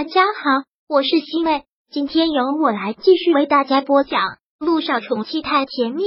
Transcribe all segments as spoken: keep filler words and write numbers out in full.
大家好，我是西妹，今天由我来继续为大家播讲《陆少宠妻太甜蜜》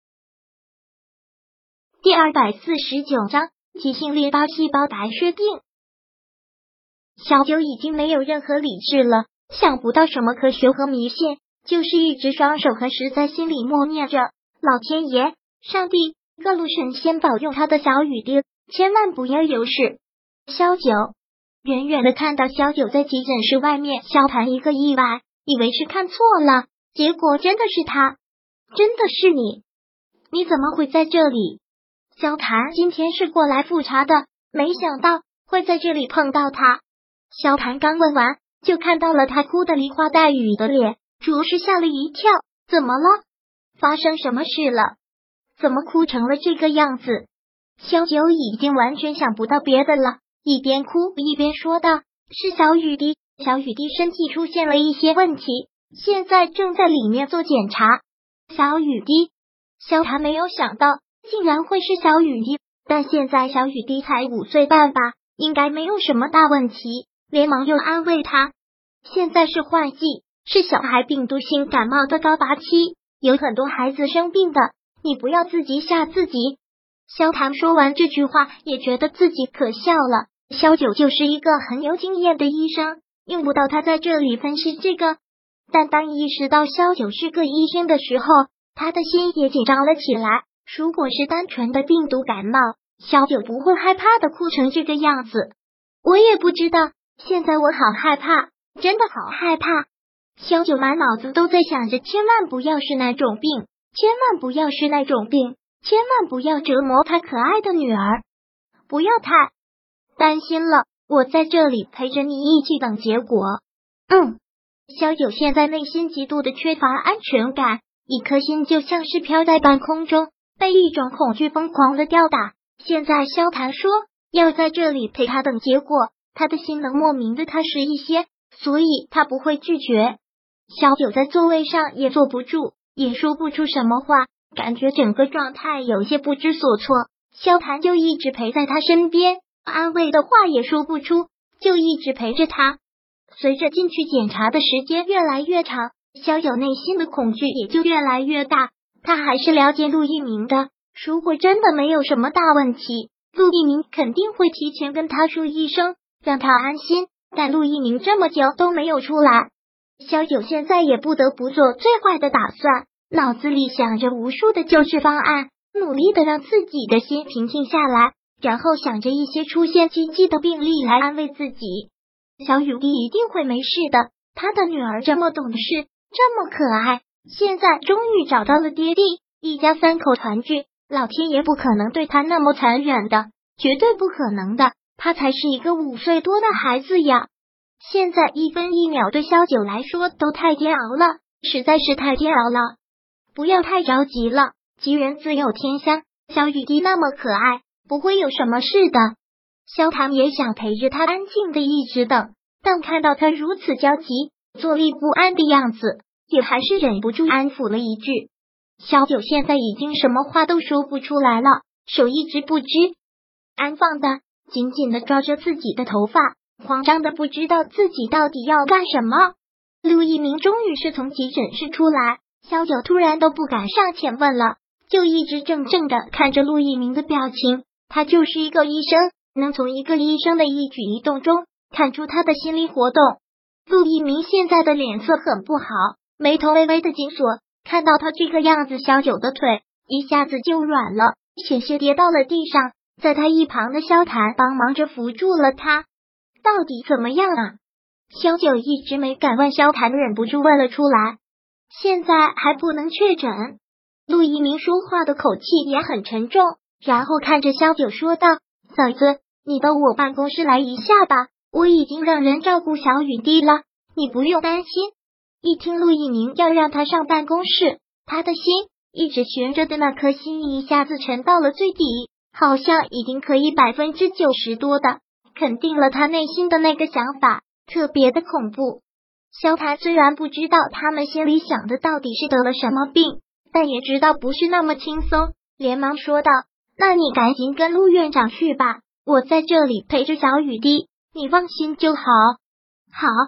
第二百四十九章急性淋巴细胞白血病。小九已经没有任何理智了，想不到什么科学和迷信，就是一直双手合十在心里默念着：老天爷、上帝、各路神仙保佑他的小雨滴，千万不要有事。萧九远远的看到萧九在急诊室外面，萧谈一个意外，以为是看错了，结果真的是他，真的是你，你怎么会在这里？萧谈今天是过来复查的，没想到会在这里碰到他。萧谈刚问完，就看到了他哭得梨花带雨的脸，着实吓了一跳。怎么了？发生什么事了？怎么哭成了这个样子？萧九已经完全想不到别的了，一边哭一边说道：是小雨滴，小雨滴身体出现了一些问题，现在正在里面做检查。小雨滴，萧谈没有想到竟然会是小雨滴，但现在小雨滴才五岁半吧，应该没有什么大问题，连忙又安慰他。现在是换季，是小孩病毒性感冒的高发期，有很多孩子生病的，你不要自己吓自己。萧谈说完这句话，也觉得自己可笑了。萧九就是一个很有经验的医生，用不到他在这里分析这个。但当意识到萧九是个医生的时候，他的心也紧张了起来。如果是单纯的病毒感冒，萧九不会害怕的哭成这个样子。我也不知道，现在我好害怕，真的好害怕。萧九满脑子都在想着，千万不要是那种病，千万不要是那种病，千万不要折磨他可爱的女儿，不要太担心了，我在这里陪着你一起等结果。嗯，萧九现在内心极度的缺乏安全感，一颗心就像是飘在半空中，被一种恐惧疯狂的吊打。现在萧谈说要在这里陪他等结果，他的心能莫名的踏实一些，所以他不会拒绝。萧九在座位上也坐不住，也说不出什么话，感觉整个状态有些不知所措。萧谈就一直陪在他身边，安慰的话也说不出，就一直陪着他。随着进去检查的时间越来越长，萧九内心的恐惧也就越来越大。他还是了解陆一鸣的，如果真的没有什么大问题，陆一鸣肯定会提前跟他说一声，让他安心。但陆一鸣这么久都没有出来，萧九现在也不得不做最坏的打算，脑子里想着无数的救治方案，努力的让自己的心平静下来，然后想着一些出现奇迹的病例来安慰自己。小雨滴一定会没事的，他的女儿这么懂事，这么可爱，现在终于找到了爹地，一家三口团聚，老天爷不可能对他那么残忍的，绝对不可能的，他才是一个五岁多的孩子呀。现在一分一秒对萧九来说都太煎熬了，实在是太煎熬了。不要太着急了，吉人自有天相，小雨滴那么可爱，不会有什么事的。萧谈也想陪着他安静的一直等，但看到他如此焦急、坐立不安的样子，也还是忍不住安抚了一句。萧九现在已经什么话都说不出来了，手一直不知安放的紧紧的抓着自己的头发，慌张的不知道自己到底要干什么。陆一鸣终于是从急诊室出来，萧九突然都不敢上前问了，就一直怔怔的看着陆一鸣的表情。他就是一个医生，能从一个医生的一举一动中看出他的心理活动。陆一鸣现在的脸色很不好，眉头微微的紧锁，看到他这个样子，萧九的腿一下子就软了，险些跌到了地上。在他一旁的萧谈帮忙着扶住了他。到底怎么样啊？萧九一直没敢问，萧谈忍不住问了出来。现在还不能确诊。陆一鸣说话的口气也很沉重，然后看着萧九说道：嫂子，你到我办公室来一下吧，我已经让人照顾小雨滴了，你不用担心。一听陆一鸣要让他上办公室，他的心一直悬着的那颗心一下子沉到了最底，好像已经可以百分之九十多的肯定了他内心的那个想法，特别的恐怖。萧谈虽然不知道他们心里想的到底是得了什么病，但也知道不是那么轻松，连忙说道：那你赶紧跟陆院长去吧，我在这里陪着小雨滴，你放心就好。好，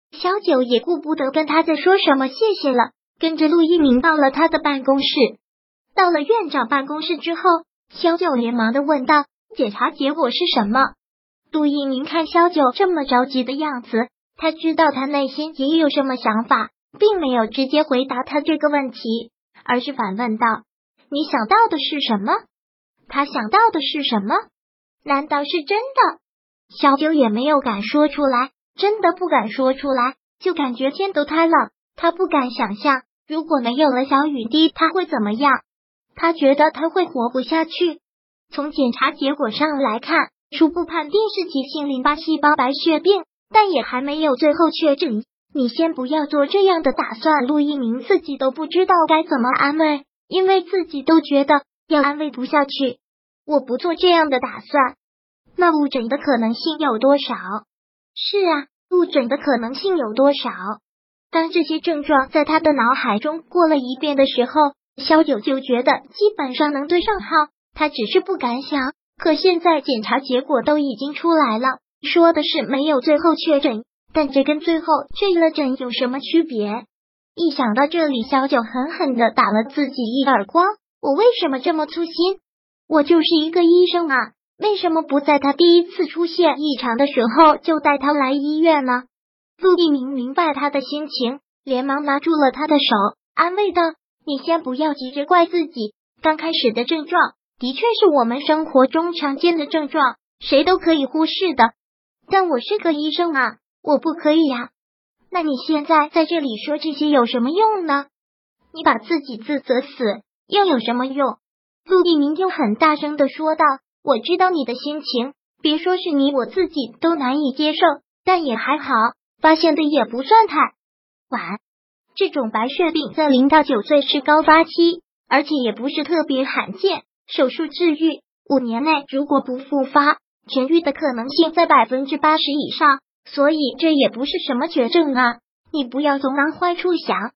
小九也顾不得跟他在说什么谢谢了，跟着陆一鸣到了他的办公室。到了院长办公室之后，小九连忙的问道：“检查结果是什么？”陆一鸣看小九这么着急的样子，他知道他内心也有什么想法，并没有直接回答他这个问题，而是反问道：“你想到的是什么？”他想到的是什么？难道是真的？小九也没有敢说出来，真的不敢说出来，就感觉天都塌了。他不敢想象，如果没有了小雨滴，他会怎么样？他觉得他会活不下去。从检查结果上来看，初步判定是急性淋巴细胞白血病，但也还没有最后确诊。你先不要做这样的打算。陆一鸣自己都不知道该怎么安慰，因为自己都觉得要安慰不下去。我不做这样的打算。那误诊的可能性有多少？是啊，误诊的可能性有多少？当这些症状在他的脑海中过了一遍的时候，萧九就觉得基本上能对上号，他只是不敢想。可现在检查结果都已经出来了，说的是没有最后确诊，但这跟最后确了诊有什么区别？一想到这里，萧九狠狠地打了自己一耳光。我为什么这么粗心？我就是一个医生啊，为什么不在他第一次出现异常的时候就带他来医院呢？陆一鸣明白他的心情，连忙拿住了他的手，安慰道：“你先不要急着怪自己，刚开始的症状的确是我们生活中常见的症状，谁都可以忽视的。但我是个医生啊，我不可以呀。那你现在在这里说这些有什么用呢？你把自己自责死又有什么用？”陆一鸣又很大声的说道：“我知道你的心情，别说是你，我自己都难以接受，但也还好，发现的也不算太晚。这种白血病在零到九岁是高发期，而且也不是特别罕见，手术治愈，五年内如果不复发，痊愈的可能性在百分之八十以上，所以这也不是什么绝症啊，你不要总往坏处想。”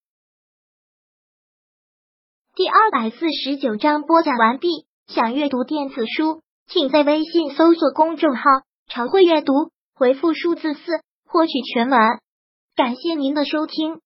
第二百四十九章播讲完毕。想阅读电子书，请在微信搜索公众号常会阅读，回复数字四获取全文。感谢您的收听。